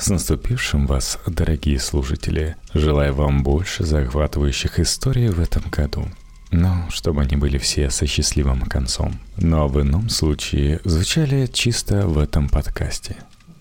С наступившим вас, дорогие слушатели! Желаю вам больше захватывающих историй в этом году. Но чтобы они были все со счастливым концом. Но в ином случае звучали чисто в этом подкасте.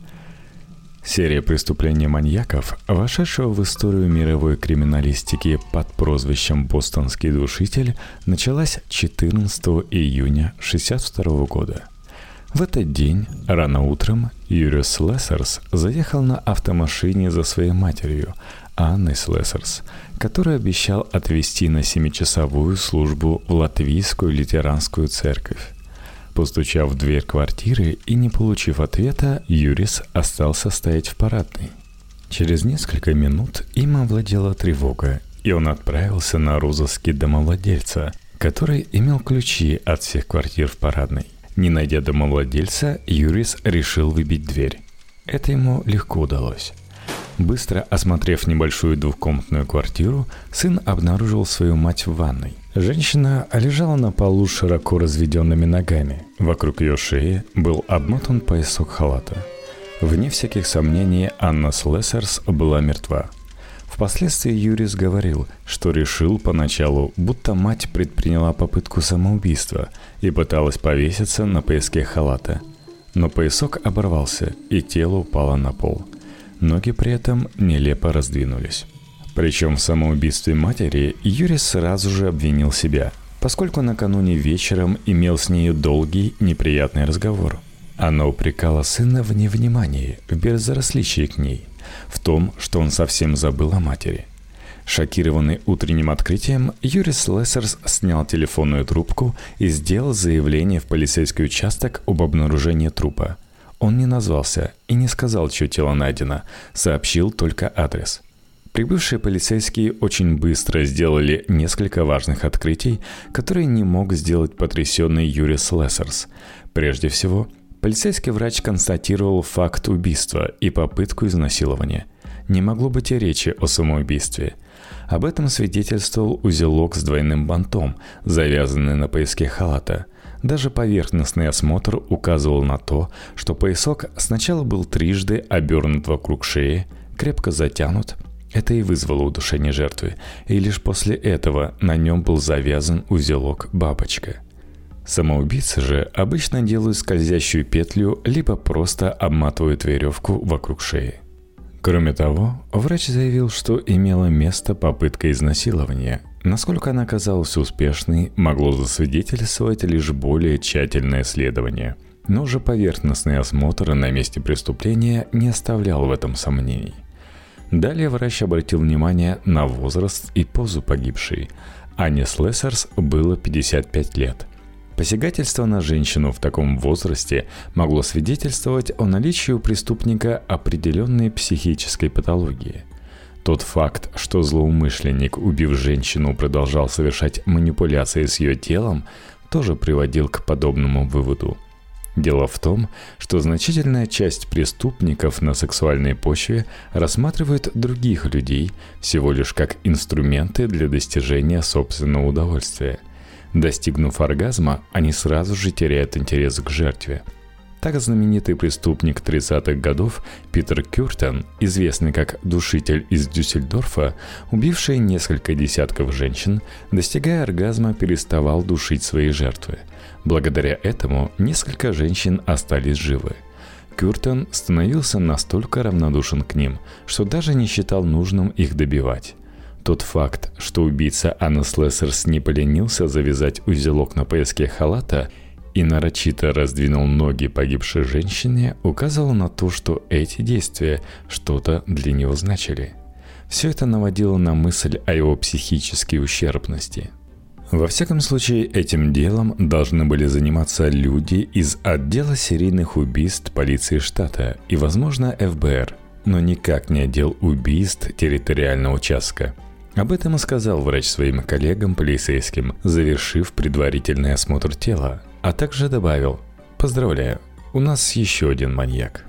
Серия преступлений маньяков, вошедшего в историю мировой криминалистики под прозвищем «Бостонский душитель», началась 14 июня 1962 года. В этот день, рано утром, Юрис Слесарс заехал на автомашине за своей матерью, Анной Слесарс, который обещал отвезти на 7-часовую службу в Латвийскую лютеранскую церковь. Постучав в дверь квартиры и не получив ответа, Юрис остался стоять в парадной. Через несколько минут им овладела тревога, и он отправился на розыски домовладельца, который имел ключи от всех квартир в парадной. Не найдя домовладельца, Юрис решил выбить дверь. Это ему легко удалось. Быстро осмотрев небольшую двухкомнатную квартиру, сын обнаружил свою мать в ванной. Женщина лежала на полу с широко разведенными ногами. Вокруг ее шеи был обмотан поясок халата. Вне всяких сомнений, Анна Слесарс была мертва. Впоследствии Юрис говорил, что решил поначалу, будто мать предприняла попытку самоубийства и пыталась повеситься на пояске халата. Но поясок оборвался, и тело упало на пол. Ноги при этом нелепо раздвинулись. Причем в самоубийстве матери Юрис сразу же обвинил себя, поскольку накануне вечером имел с нею долгий неприятный разговор. Она упрекала сына в невнимании, в безразличии к ней, в том, что он совсем забыл о матери. Шокированный утренним открытием, Юрис Слесарс снял телефонную трубку и сделал заявление в полицейский участок об обнаружении трупа. Он не назвался и не сказал, чье тело найдено, сообщил только адрес. Прибывшие полицейские очень быстро сделали несколько важных открытий, которые не мог сделать потрясенный Юрис Слесарс. Прежде всего, полицейский врач констатировал факт убийства и попытку изнасилования. Не могло быть и речи о самоубийстве. Об этом свидетельствовал узелок с двойным бантом, завязанный на пояске халата. Даже поверхностный осмотр указывал на то, что поясок сначала был трижды обернут вокруг шеи, крепко затянут. Это и вызвало удушение жертвы, и лишь после этого на нем был завязан узелок-бабочка. Самоубийцы же обычно делают скользящую петлю, либо просто обматывают веревку вокруг шеи. Кроме того, врач заявил, что имела место попытка изнасилования. Насколько она оказалась успешной, могло засвидетельствовать лишь более тщательное исследование. Но уже поверхностный осмотр на месте преступления не оставлял в этом сомнений. Далее врач обратил внимание на возраст и позу погибшей. Анне Слесарс было 55 лет. Посягательство на женщину в таком возрасте могло свидетельствовать о наличии у преступника определенной психической патологии. Тот факт, что злоумышленник, убив женщину, продолжал совершать манипуляции с ее телом, тоже приводил к подобному выводу. Дело в том, что значительная часть преступников на сексуальной почве рассматривают других людей всего лишь как инструменты для достижения собственного удовольствия. Достигнув оргазма, они сразу же теряют интерес к жертве. Так знаменитый преступник 30-х годов Питер Кюртен, известный как душитель из Дюссельдорфа, убивший несколько десятков женщин, достигая оргазма, переставал душить свои жертвы. Благодаря этому несколько женщин остались живы. Кюртен становился настолько равнодушен к ним, что даже не считал нужным их добивать. Тот факт, что убийца Анны Слесарс не поленился завязать узелок на пояске халата и нарочито раздвинул ноги погибшей женщине, указывал на то, что эти действия что-то для него значили. Все это наводило на мысль о его психической ущербности. Во всяком случае, этим делом должны были заниматься люди из отдела серийных убийств полиции штата и, возможно, ФБР, но никак не отдел убийств территориального участка. Об этом и сказал врач своим коллегам полицейским, завершив предварительный осмотр тела, а также добавил: «Поздравляю, у нас еще один маньяк».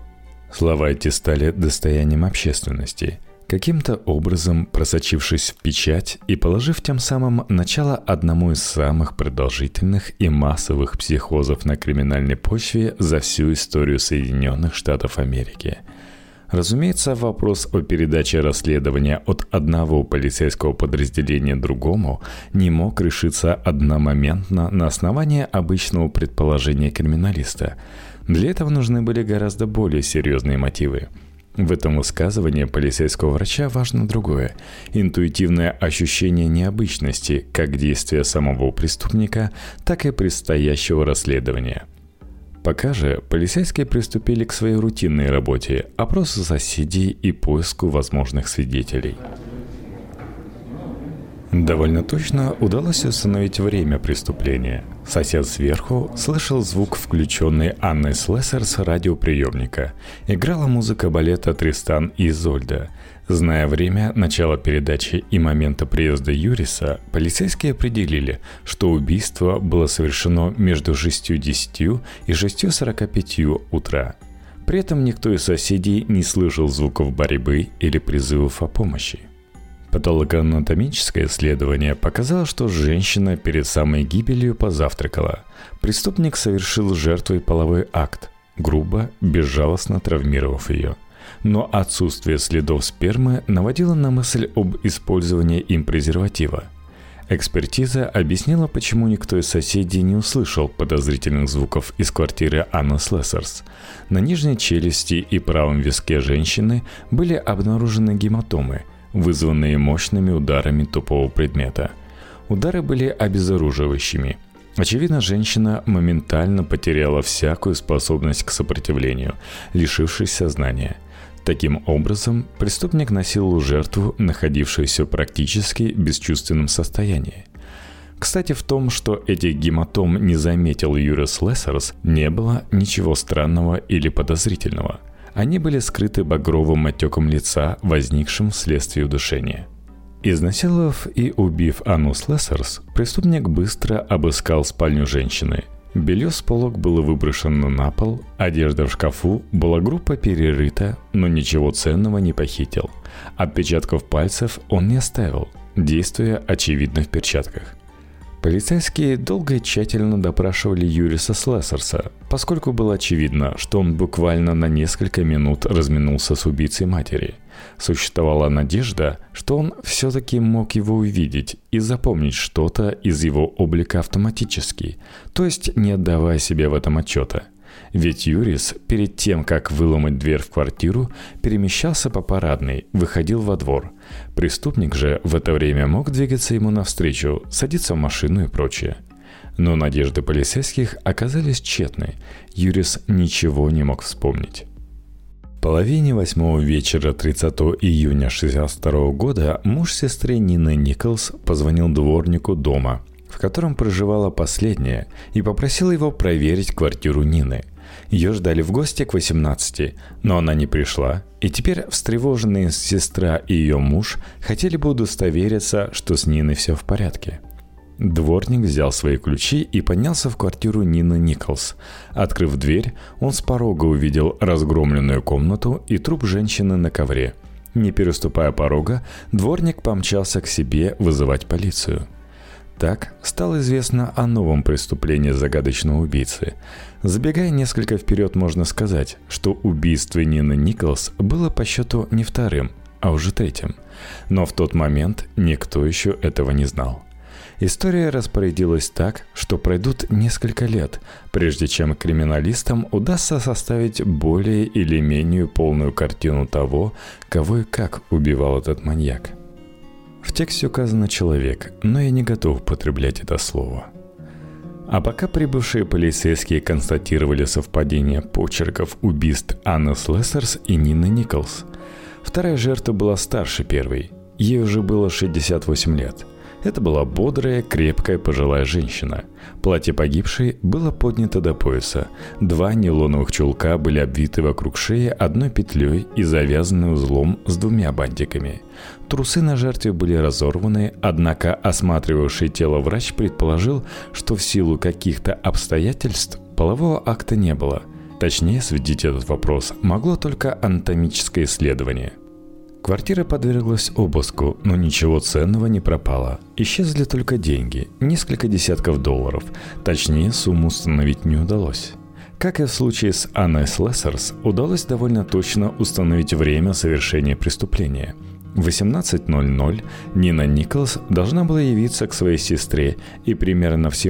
Слова эти стали достоянием общественности, каким-то образом просочившись в печать и положив тем самым начало одному из самых продолжительных и массовых психозов на криминальной почве за всю историю Соединенных Штатов Америки. Разумеется, вопрос о передаче расследования от одного полицейского подразделения другому не мог решиться одномоментно на основании обычного предположения криминалиста. Для этого нужны были гораздо более серьезные мотивы. В этом высказывании полицейского врача важно другое – интуитивное ощущение необычности как действия самого преступника, так и предстоящего расследования. Пока же полицейские приступили к своей рутинной работе – опросу соседей и поиску возможных свидетелей. Довольно точно удалось установить время преступления. Сосед сверху слышал звук включенной Анной Слессер с радиоприемника. Играла музыка балета «Тристан и Изольда». Зная время начала передачи и момента приезда Юриса, полицейские определили, что убийство было совершено между 6:10 и 6:45 утра. При этом никто из соседей не слышал звуков борьбы или призывов о помощи. Патологоанатомическое исследование показало, что женщина перед самой гибелью позавтракала. Преступник совершил с жертвой половой акт, грубо, безжалостно травмировав ее. Но отсутствие следов спермы наводило на мысль об использовании им презерватива. Экспертиза объяснила, почему никто из соседей не услышал подозрительных звуков из квартиры Анны Слессерс. На нижней челюсти и правом виске женщины были обнаружены гематомы, вызванные мощными ударами тупого предмета. Удары были обезоруживающими. Очевидно, женщина моментально потеряла всякую способность к сопротивлению, лишившись сознания. Таким образом, преступник насиловал жертву, находившуюся практически в бесчувственном состоянии. Кстати, в том, что этих гематом не заметил Юрис Лессерс, не было ничего странного или подозрительного. Они были скрыты багровым отеком лица, возникшим вследствие удушения. Изнасиловав и убив Анну Слессерс, преступник быстро обыскал спальню женщины. Белье с полок было выброшено на пол, одежда в шкафу была грубо перерыта, но ничего ценного не похитил. Отпечатков пальцев он не оставил, действуя, очевидно, в перчатках. Полицейские долго и тщательно допрашивали Юриса Слессерса, поскольку было очевидно, что он буквально на несколько минут разминулся с убийцей матери. Существовала надежда, что он все-таки мог его увидеть и запомнить что-то из его облика автоматически, то есть не отдавая себе в этом отчета. Ведь Юрис, перед тем, как выломать дверь в квартиру, перемещался по парадной, выходил во двор. Преступник же в это время мог двигаться ему навстречу, садиться в машину и прочее. Но надежды полицейских оказались тщетны. Юрис ничего не мог вспомнить. В половине 8 вечера 30 июня 1962 года муж сестры Нины Николс позвонил дворнику дома, в котором проживала последняя, и попросил его проверить квартиру Нины. Ее ждали в гости к 18, но она не пришла, и теперь встревоженные сестра и ее муж хотели бы удостовериться, что с Ниной все в порядке. Дворник взял свои ключи и поднялся в квартиру Нины Николс. Открыв дверь, он с порога увидел разгромленную комнату и труп женщины на ковре. Не переступая порога, дворник помчался к себе вызывать полицию. Так стало известно о новом преступлении загадочного убийцы. Забегая несколько вперед, можно сказать, что убийство Нины Николс было по счету не вторым, а уже третьим. Но в тот момент никто еще этого не знал. История распорядилась так, что пройдут несколько лет, прежде чем криминалистам удастся составить более или менее полную картину того, кого и как убивал этот маньяк. В тексте указано «человек», но я не готов употреблять это слово. А пока прибывшие полицейские констатировали совпадение почерков убийств Анны Слессерс и Нины Николс. Вторая жертва была старше первой, ей уже было 68 лет. Это была бодрая, крепкая пожилая женщина. Платье погибшей было поднято до пояса. 2 нейлоновых чулка были обвиты вокруг шеи одной петлей и завязаны узлом с 2 бантиками. Трусы на жертве были разорваны, однако осматривавший тело врач предположил, что в силу каких-то обстоятельств полового акта не было. Точнее, осветить этот вопрос могло только анатомическое исследование. Квартира подверглась обыску, но ничего ценного не пропало. Исчезли только деньги, несколько десятков долларов. Точнее, сумму установить не удалось. Как и в случае с Анной Слессерс, удалось довольно точно установить время совершения преступления. В 18:00 Нина Николс должна была явиться к своей сестре и примерно в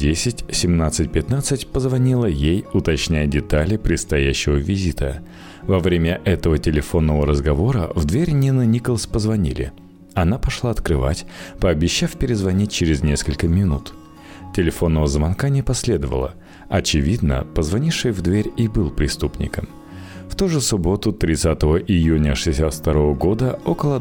17:10-17:15 позвонила ей, уточняя детали предстоящего визита. Во время этого телефонного разговора в дверь Нины Николс позвонили. Она пошла открывать, пообещав перезвонить через несколько минут. Телефонного звонка не последовало. Очевидно, позвонивший в дверь и был преступником. В ту же субботу, 30 июня 1962 года, около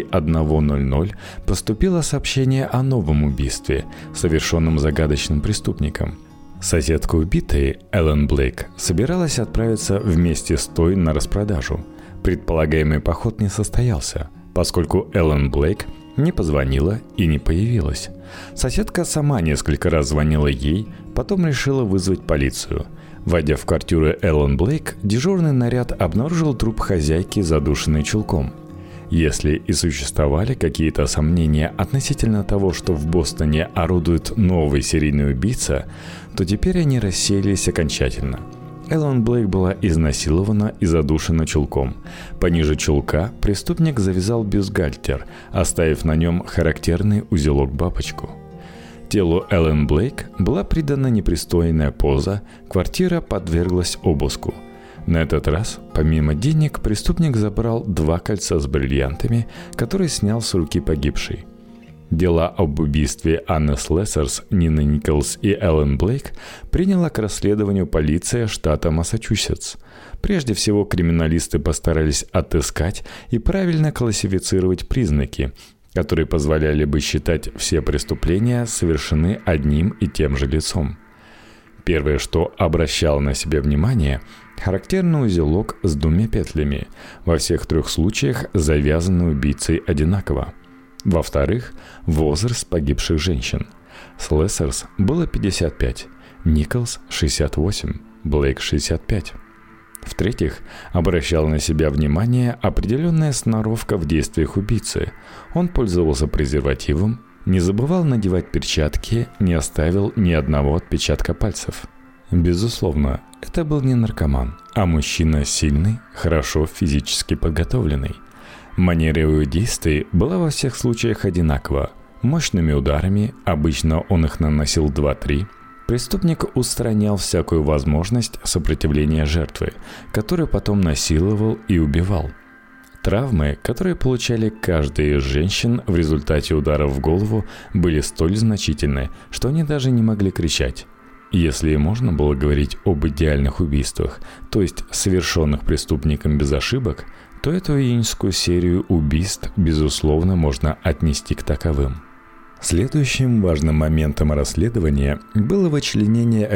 21:00 поступило сообщение о новом убийстве, совершенном загадочным преступником. Соседка убитой, Эллен Блейк, собиралась отправиться вместе с той на распродажу. Предполагаемый поход не состоялся, поскольку Эллен Блейк не позвонила и не появилась. Соседка сама несколько раз звонила ей, потом решила вызвать полицию. Войдя в квартиру Эллен Блейк, дежурный наряд обнаружил труп хозяйки, задушенной чулком. Если и существовали какие-то сомнения относительно того, что в Бостоне орудует новый серийный убийца, то теперь они рассеялись окончательно. Эллен Блейк была изнасилована и задушена чулком. Пониже чулка преступник завязал бюстгальтер, оставив на нем характерный узелок-бабочку. Телу Эллен Блейк была придана непристойная поза, квартира подверглась обыску. На этот раз, помимо денег, преступник забрал 2 кольца с бриллиантами, которые снял с руки погибшей. Дело об убийстве Анны Слессерс, Нины Николс и Эллен Блейк приняла к расследованию полиция штата Массачусетс. Прежде всего, криминалисты постарались отыскать и правильно классифицировать признаки, которые позволяли бы считать все преступления совершены одним и тем же лицом. Первое, что обращало на себя внимание – характерный узелок с 2 петлями, во всех 3 случаях завязанный убийцей одинаково. Во-вторых, возраст погибших женщин. Слессерс было 55, Николс – 68, Блейк – 65. В-третьих, обращала на себя внимание определенная сноровка в действиях убийцы. Он пользовался презервативом, не забывал надевать перчатки, не оставил ни одного отпечатка пальцев. Безусловно, это был не наркоман, а мужчина сильный, хорошо физически подготовленный. Манера его действий была во всех случаях одинакова. Мощными ударами, обычно он их наносил 2-3, преступник устранял всякую возможность сопротивления жертвы, которую потом насиловал и убивал. Травмы, которые получали каждая из женщин в результате ударов в голову, были столь значительны, что они даже не могли кричать. Если и можно было говорить об идеальных убийствах, то есть совершенных преступником без ошибок, то эту июньскую серию убийств, безусловно, можно отнести к таковым. Следующим важным моментом расследования было вычленение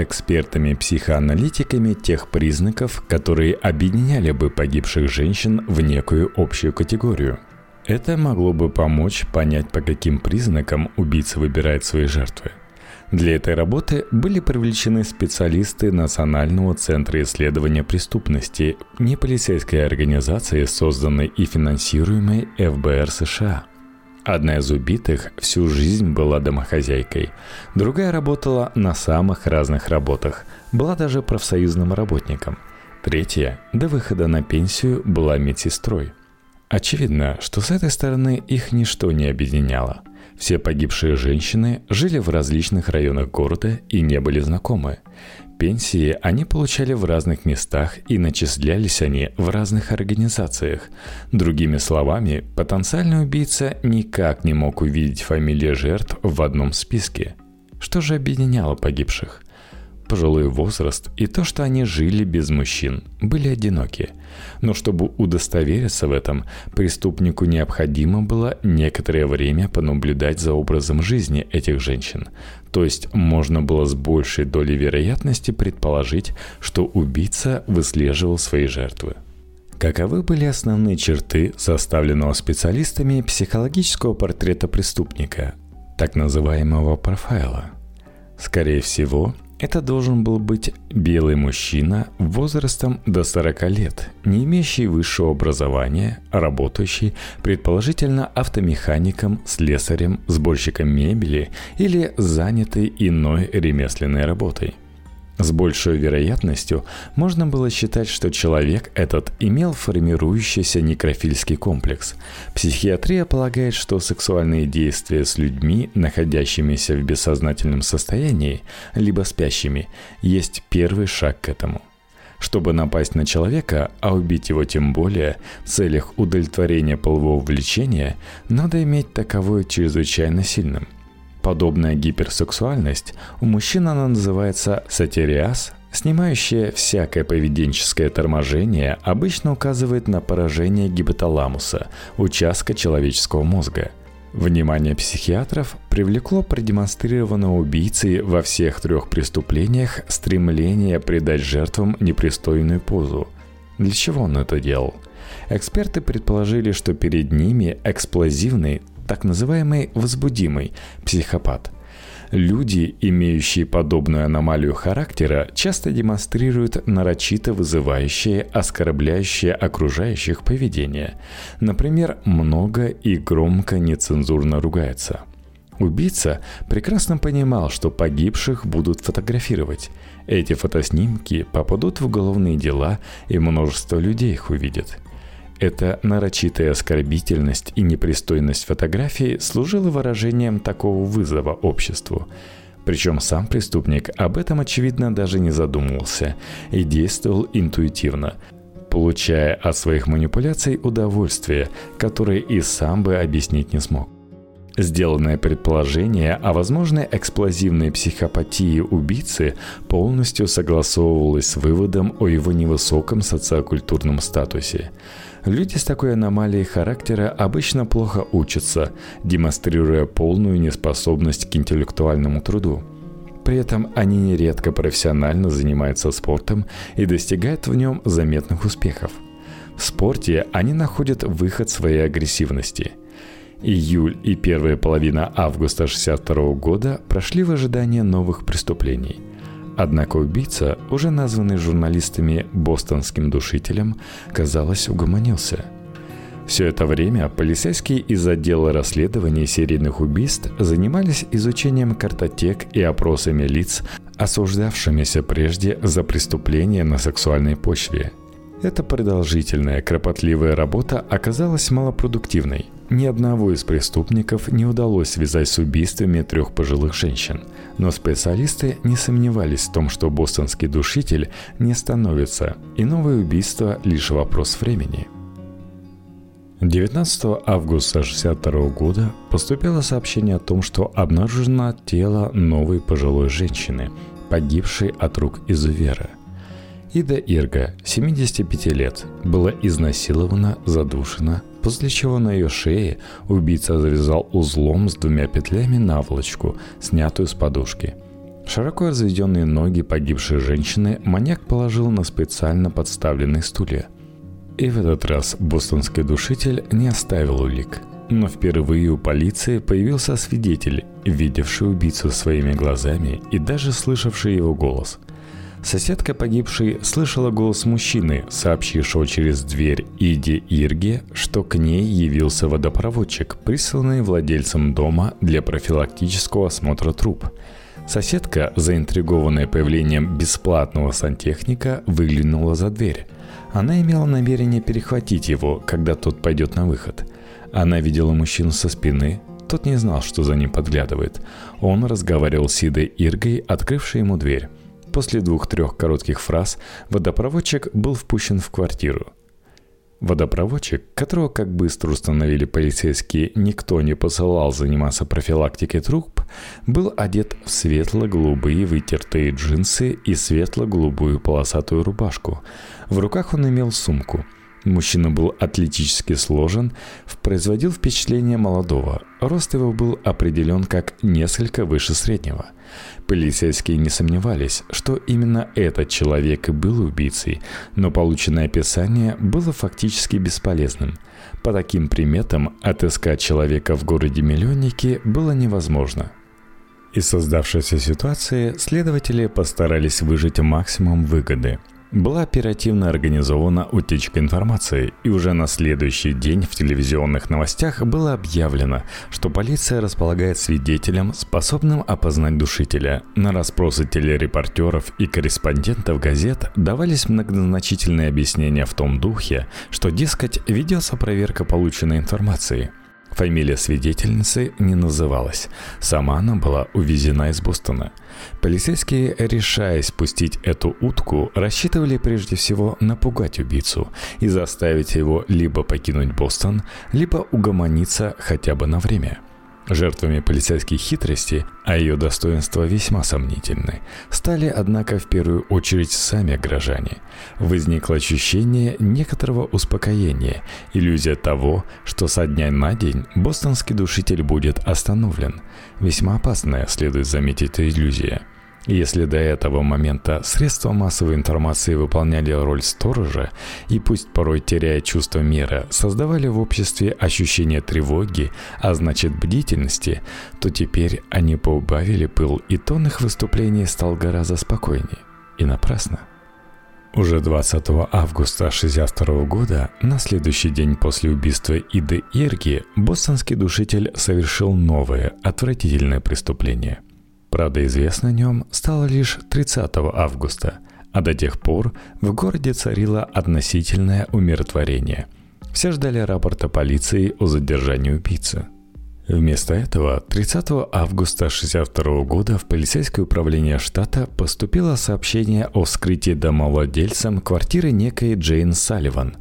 экспертами-психоаналитиками тех признаков, которые объединяли бы погибших женщин в некую общую категорию. Это могло бы помочь понять, по каким признакам убийца выбирает свои жертвы. Для этой работы были привлечены специалисты Национального центра исследования преступности, неполицейской организации, созданной и финансируемой ФБР США. Одна из убитых всю жизнь была домохозяйкой, другая работала на самых разных работах, была даже профсоюзным работником. Третья, до выхода на пенсию, была медсестрой. Очевидно, что с этой стороны их ничто не объединяло. Все погибшие женщины жили в различных районах города и не были знакомы. Пенсии они получали в разных местах и начислялись они в разных организациях. Другими словами, потенциальный убийца никак не мог увидеть фамилии жертв в одном списке. Что же объединяло погибших? Пожилой возраст и то, что они жили без мужчин, были одиноки. Но чтобы удостовериться в этом, преступнику необходимо было некоторое время понаблюдать за образом жизни этих женщин. То есть можно было с большей долей вероятности предположить, что убийца выслеживал свои жертвы. Каковы были основные черты составленного специалистами психологического портрета преступника, так называемого профайла? Скорее всего, это должен был быть белый мужчина возрастом до 40 лет, не имеющий высшего образования, работающий, предположительно, автомехаником, слесарем, сборщиком мебели или занятый иной ремесленной работой. С большей вероятностью можно было считать, что человек этот имел формирующийся некрофильский комплекс. Психиатрия полагает, что сексуальные действия с людьми, находящимися в бессознательном состоянии, либо спящими, есть первый шаг к этому. Чтобы напасть на человека, а убить его тем более, в целях удовлетворения полового влечения, надо иметь таковое чрезвычайно сильным. Подобная гиперсексуальность, у мужчин она называется сатириаз, снимающая всякое поведенческое торможение, обычно указывает на поражение гипоталамуса, участка человеческого мозга. Внимание психиатров привлекло продемонстрированного убийцей во всех 3 преступлениях стремление придать жертвам непристойную позу. Для чего он это делал? Эксперты предположили, что перед ними эксплозивный, так называемый возбудимый психопат. Люди, имеющие подобную аномалию характера, часто демонстрируют нарочито вызывающее, оскорбляющее окружающих поведение. Например, много и громко нецензурно ругается. Убийца прекрасно понимал, что погибших будут фотографировать. Эти фотоснимки попадут в уголовные дела, и множество людей их увидят. Эта нарочитая оскорбительность и непристойность фотографии служила выражением такого вызова обществу. Причем сам преступник об этом, очевидно, даже не задумывался и действовал интуитивно, получая от своих манипуляций удовольствие, которое и сам бы объяснить не смог. Сделанное предположение о возможной эксплозивной психопатии убийцы полностью согласовывалось с выводом о его невысоком социокультурном статусе. Люди с такой аномалией характера обычно плохо учатся, демонстрируя полную неспособность к интеллектуальному труду. При этом они нередко профессионально занимаются спортом и достигают в нем заметных успехов. В спорте они находят выход своей агрессивности. Июль и первая половина августа 1962 года прошли в ожидании новых преступлений. Однако убийца, уже названный журналистами бостонским душителем, казалось, угомонился. Все это время полицейские из отдела расследований серийных убийств занимались изучением картотек и опросами лиц, осуждавшимися прежде за преступления на сексуальной почве. Эта продолжительная, кропотливая работа оказалась малопродуктивной. Ни одного из преступников не удалось связать с убийствами 3 пожилых женщин. Но специалисты не сомневались в том, что бостонский душитель не остановится, и новое убийство – лишь вопрос времени. 19 августа 1962 года поступило сообщение о том, что обнаружено тело новой пожилой женщины, погибшей от рук изувера. Ида Ирга, 75 лет, была изнасилована, задушена, после чего на ее шее убийца завязал узлом с 2 петлями наволочку, снятую с подушки. Широко разведенные ноги погибшей женщины маньяк положил на специально подставленные стулья. И в этот раз бостонский душитель не оставил улик. Но впервые у полиции появился свидетель, видевший убийцу своими глазами и даже слышавший его голос. Соседка погибшей слышала голос мужчины, сообщившего через дверь Иде Ирге, что к ней явился водопроводчик, присланный владельцем дома для профилактического осмотра труб. Соседка, заинтригованная появлением бесплатного сантехника, выглянула за дверь. Она имела намерение перехватить его, когда тот пойдет на выход. Она видела мужчину со спины, тот не знал, что за ним подглядывает. Он разговаривал с Идой Иргой, открывшей ему дверь. После 2-3 коротких фраз водопроводчик был впущен в квартиру. Водопроводчик, которого, как быстро установили полицейские, никто не посылал заниматься профилактикой труб, был одет в светло-голубые вытертые джинсы и светло-голубую полосатую рубашку. В руках он имел сумку. Мужчина был атлетически сложен, производил впечатление молодого. Рост его был определен как несколько выше среднего. Полицейские не сомневались, что именно этот человек и был убийцей, но полученное описание было фактически бесполезным. По таким приметам отыскать человека в городе-миллионнике было невозможно. Из создавшейся ситуации следователи постарались выжать максимум выгоды. была оперативно организована утечка информации, и уже на следующий день в телевизионных новостях было объявлено, что полиция располагает свидетелем, способным опознать душителя. На расспросы телерепортеров и корреспондентов газет давались многозначительные объяснения в том духе, что, дескать, ведется проверка полученной информации. Фамилия свидетельницы не называлась. Сама она была увезена из Бостона. Полицейские, решаясь пустить эту утку, рассчитывали прежде всего напугать убийцу и заставить его либо покинуть Бостон, либо угомониться хотя бы на время. Жертвами полицейских хитростей, а ее достоинства весьма сомнительны, стали, однако, в первую очередь сами горожане. Возникло ощущение некоторого успокоения, иллюзия того, что со дня на день бостонский душитель будет остановлен. Весьма опасная, следует заметить, иллюзия. Если до этого момента средства массовой информации выполняли роль сторожа и, пусть порой теряя чувство меры, создавали в обществе ощущение тревоги, а значит бдительности, то теперь они поубавили пыл, и тон их выступлений стал гораздо спокойнее. И напрасно. Уже 20 августа 1962 года, на следующий день после убийства Иды Ирги, бостонский душитель совершил новое, отвратительное преступление. Правда, известно о нем стало лишь 30 августа, а до тех пор в городе царило относительное умиротворение. Все ждали рапорта полиции о задержании убийцы. Вместо этого 30 августа 1962 года в полицейское управление штата поступило сообщение о вскрытии домовладельцем квартиры некой Джейн Салливан,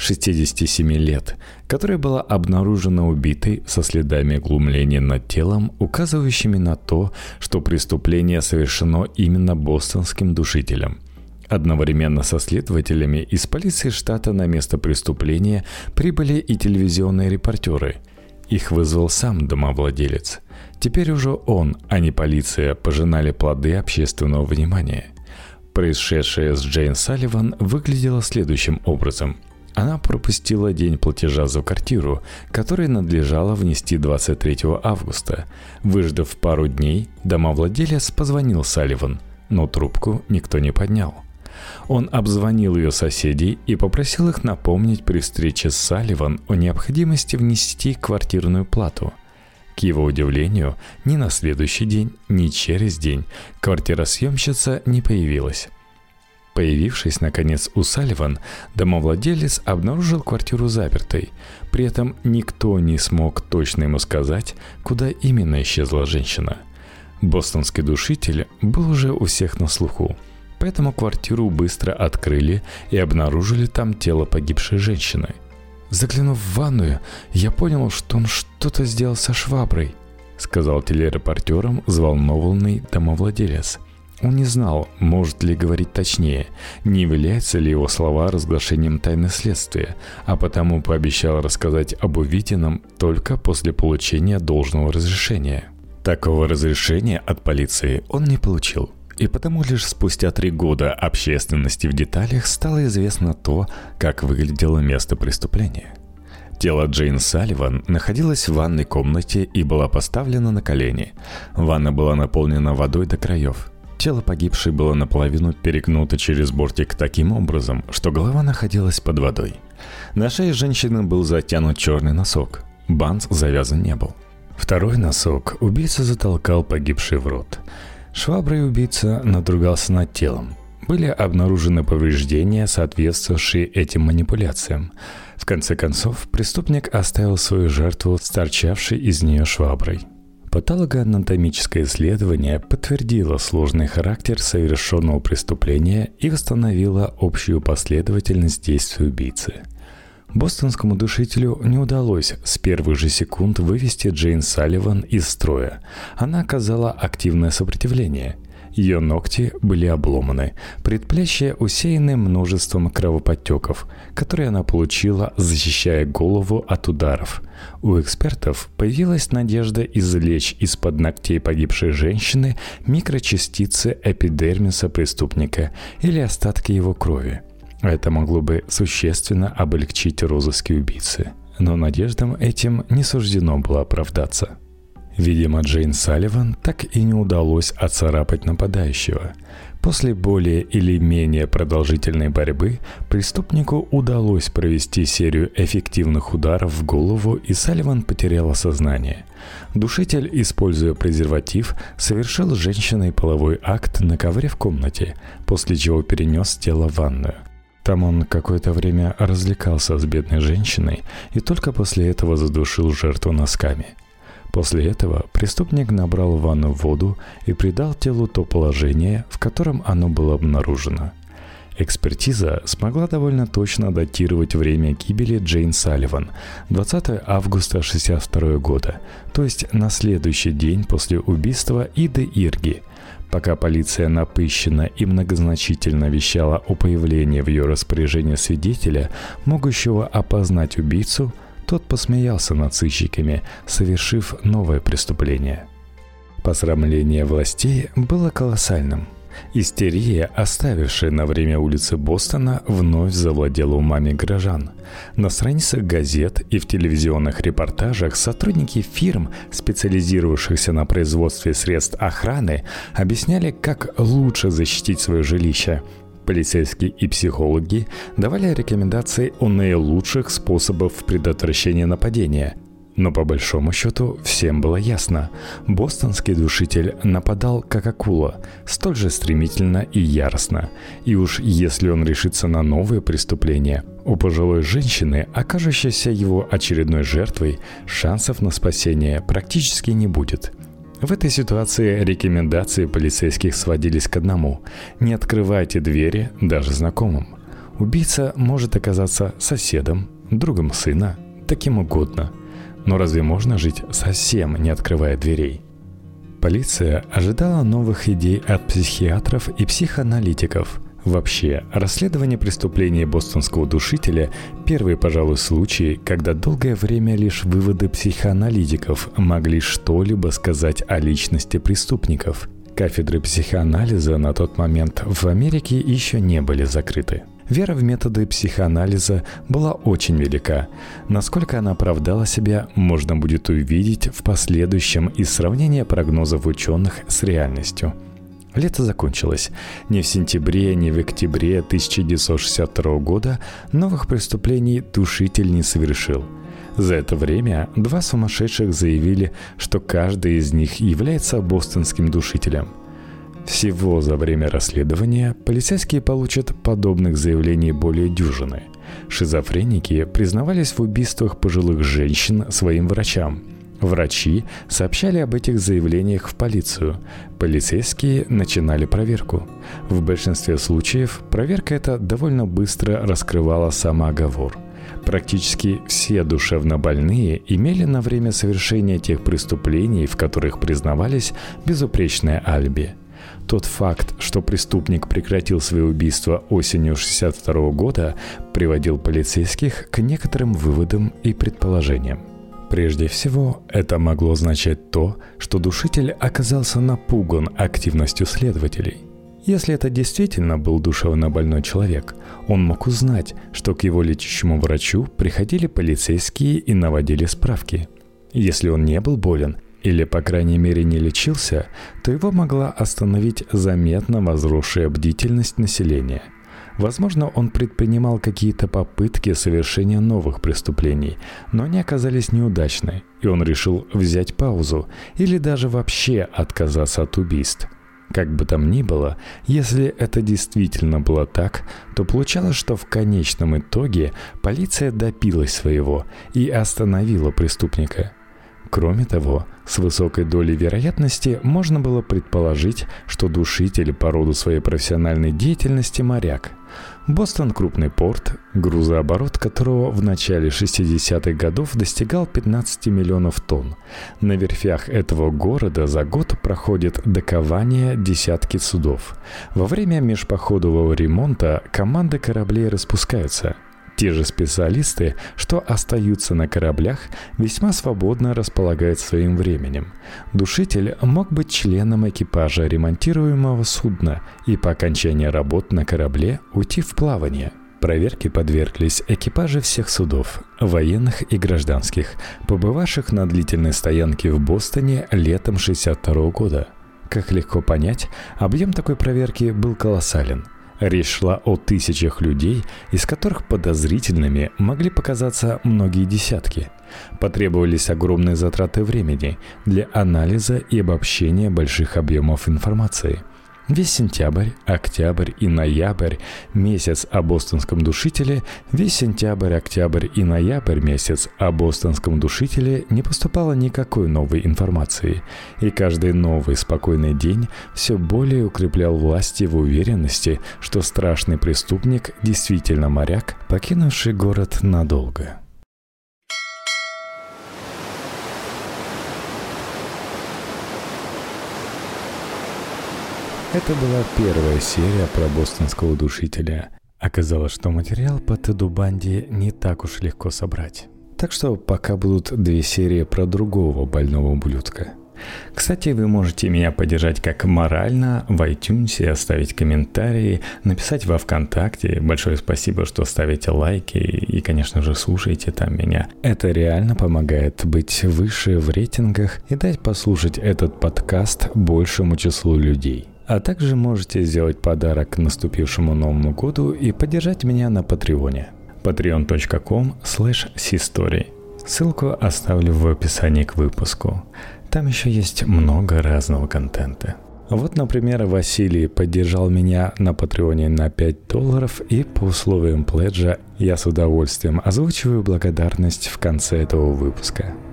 67 лет, которая была обнаружена убитой со следами глумления над телом, указывающими на то, что преступление совершено именно бостонским душителем. Одновременно со следователями из полиции штата на место преступления прибыли и телевизионные репортеры. Их вызвал сам домовладелец. Теперь уже он, а не полиция, пожинали плоды общественного внимания. Происшедшее с Джейн Салливан выглядело следующим образом. Она пропустила день платежа за квартиру, который надлежало внести 23 августа. Выждав пару дней, домовладелец позвонил Салливан, но трубку никто не поднял. Он обзвонил ее соседей и попросил их напомнить при встрече с Салливан о необходимости внести квартирную плату. К его удивлению, ни на следующий день, ни через день квартиросъемщица не появилась. Появившись, наконец, у Салливан, домовладелец обнаружил квартиру запертой. При этом никто не смог точно ему сказать, куда именно исчезла женщина. Бостонский душитель был уже у всех на слуху. Поэтому квартиру быстро открыли и обнаружили там тело погибшей женщины. Заглянув в ванную, я понял, что он что-то сделал со шваброй, сказал телерепортерам взволнованный домовладелец. Он не знал, может ли говорить точнее, не являются ли его слова разглашением тайны следствия, а потому пообещал рассказать об увиденном только после получения должного разрешения. Такого разрешения от полиции он не получил. И потому лишь спустя 3 года общественности в деталях стало известно то, как выглядело место преступления. Тело Джейн Салливан находилось в ванной комнате и была поставлена на колени. Ванна была наполнена водой до краев. Тело погибшей было наполовину перегнуто через бортик таким образом, что голова находилась под водой. На шее женщины был затянут черный носок. Бант завязан не был. Второй носок убийца затолкал погибший в рот. Шваброй убийца надругался над телом. Были обнаружены повреждения, соответствующие этим манипуляциям. В конце концов, преступник оставил свою жертву с торчавшей из нее шваброй. Патологоанатомическое исследование подтвердило сложный характер совершенного преступления и восстановило общую последовательность действий убийцы. Бостонскому душителю не удалось с первых же секунд вывести Джейн Салливан из строя. Она оказала активное сопротивление. Ее ногти были обломаны, предплечья усеяны множеством кровоподтеков, которые она получила, защищая голову от ударов. У экспертов появилась надежда извлечь из-под ногтей погибшей женщины микрочастицы эпидермиса преступника или остатки его крови. Это могло бы существенно облегчить розыски убийцы. Но надеждам этим не суждено было оправдаться. Видимо, Джейн Салливан так и не удалось отцарапать нападающего. После более или менее продолжительной борьбы преступнику удалось провести серию эффективных ударов в голову, и Салливан потеряла сознание. Душитель, используя презерватив, совершил с женщиной половой акт на ковре в комнате, после чего перенес тело в ванную. Там он какое-то время развлекался с бедной женщиной и только после этого задушил жертву носками. После этого преступник набрал в ванну воду и придал телу то положение, в котором оно было обнаружено. Экспертиза смогла довольно точно датировать время гибели Джейн Салливан – 20 августа 1962 года, то есть на следующий день после убийства Иды Ирги. Пока полиция напыщенно и многозначительно вещала о появлении в ее распоряжении свидетеля, могущего опознать убийцу, тот посмеялся над сыщиками, совершив новое преступление. Посрамление властей было колоссальным. Истерия, оставившая на время улицы Бостона, вновь завладела умами горожан. На страницах газет и в телевизионных репортажах сотрудники фирм, специализировавшихся на производстве средств охраны, объясняли, как лучше защитить свое жилище. Полицейские и психологи давали рекомендации о наилучших способах предотвращения нападения. Но по большому счету всем было ясно – бостонский душитель нападал как акула, столь же стремительно и яростно. И уж если он решится на новые преступления, у пожилой женщины, окажущейся его очередной жертвой, шансов на спасение практически не будет. В этой ситуации рекомендации полицейских сводились к одному – не открывайте двери даже знакомым. Убийца может оказаться соседом, другом сына, таким угодно. Но разве можно жить совсем не открывая дверей? Полиция ожидала новых идей от психиатров и психоаналитиков. Вообще, расследование преступления бостонского душителя – первый, пожалуй, случай, когда долгое время лишь выводы психоаналитиков могли что-либо сказать о личности преступников. Кафедры психоанализа на тот момент в Америке еще не были закрыты. Вера в методы психоанализа была очень велика. Насколько она оправдала себя, можно будет увидеть в последующем из сравнения прогнозов ученых с реальностью. Лето закончилось. Ни в сентябре, ни в октябре 1962 года новых преступлений душитель не совершил. За это время два сумасшедших заявили, что каждый из них является бостонским душителем. Всего за время расследования полицейские получат подобных заявлений более дюжины. Шизофреники признавались в убийствах пожилых женщин своим врачам. Врачи сообщали об этих заявлениях в полицию. Полицейские начинали проверку. В большинстве случаев проверка эта довольно быстро раскрывала самооговор. Практически все душевнобольные имели на время совершения тех преступлений, в которых признавались, безупречное алиби. Тот факт, что преступник прекратил свои убийства осенью 1962 года, приводил полицейских к некоторым выводам и предположениям. Прежде всего, это могло означать то, что душитель оказался напуган активностью следователей. Если это действительно был душевнобольной человек, он мог узнать, что к его лечащему врачу приходили полицейские и наводили справки. Если он не был болен, или, по крайней мере, не лечился, то его могла остановить заметно возросшая бдительность населения. Возможно, он предпринимал какие-то попытки совершения новых преступлений, но они оказались неудачны, и он решил взять паузу или даже вообще отказаться от убийств. Как бы там ни было, если это действительно было так, то получалось, что в конечном итоге полиция добилась своего и остановила преступника. Кроме того, с высокой долей вероятности можно было предположить, что душитель по роду своей профессиональной деятельности моряк. Бостон – крупный порт, грузооборот которого в начале 60-х годов достигал 15 миллионов тонн. На верфях этого города за год проходит докование десятки судов. Во время межпоходового ремонта команды кораблей распускаются. Те же специалисты, что остаются на кораблях, весьма свободно располагают своим временем. Душитель мог быть членом экипажа ремонтируемого судна и по окончании работ на корабле уйти в плавание. Проверке подверглись экипажи всех судов, военных и гражданских, побывавших на длительной стоянке в Бостоне летом 1962 года. Как легко понять, объем такой проверки был колоссален. Речь шла о тысячах людей, из которых подозрительными могли показаться многие десятки. Потребовались огромные затраты времени для анализа и обобщения больших объемов информации. Весь сентябрь, октябрь и ноябрь месяц о бостонском душителе, весь сентябрь, октябрь и ноябрь месяц о бостонском душителе не поступало никакой новой информации, и каждый новый спокойный день все более укреплял власти в уверенности, что страшный преступник действительно моряк, покинувший город надолго. Это была первая серия про бостонского душителя. Оказалось, что материал по Теду Банди не так уж легко собрать. Так что пока будут 2 серии про другого больного ублюдка. Кстати, вы можете меня поддержать как морально в iTunes, оставить комментарии, написать во ВКонтакте. Большое спасибо, что ставите лайки и, конечно же, слушаете там меня. Это реально помогает быть выше в рейтингах и дать послушать этот подкаст большему числу людей. А также можете сделать подарок к наступившему Новому году и поддержать меня на Патреоне. patreon.com/sistory. Ссылку оставлю в описании к выпуску. Там еще есть много разного контента. Вот, например, Василий поддержал меня на Патреоне на $5, и по условиям пледжа я с удовольствием озвучиваю благодарность в конце этого выпуска.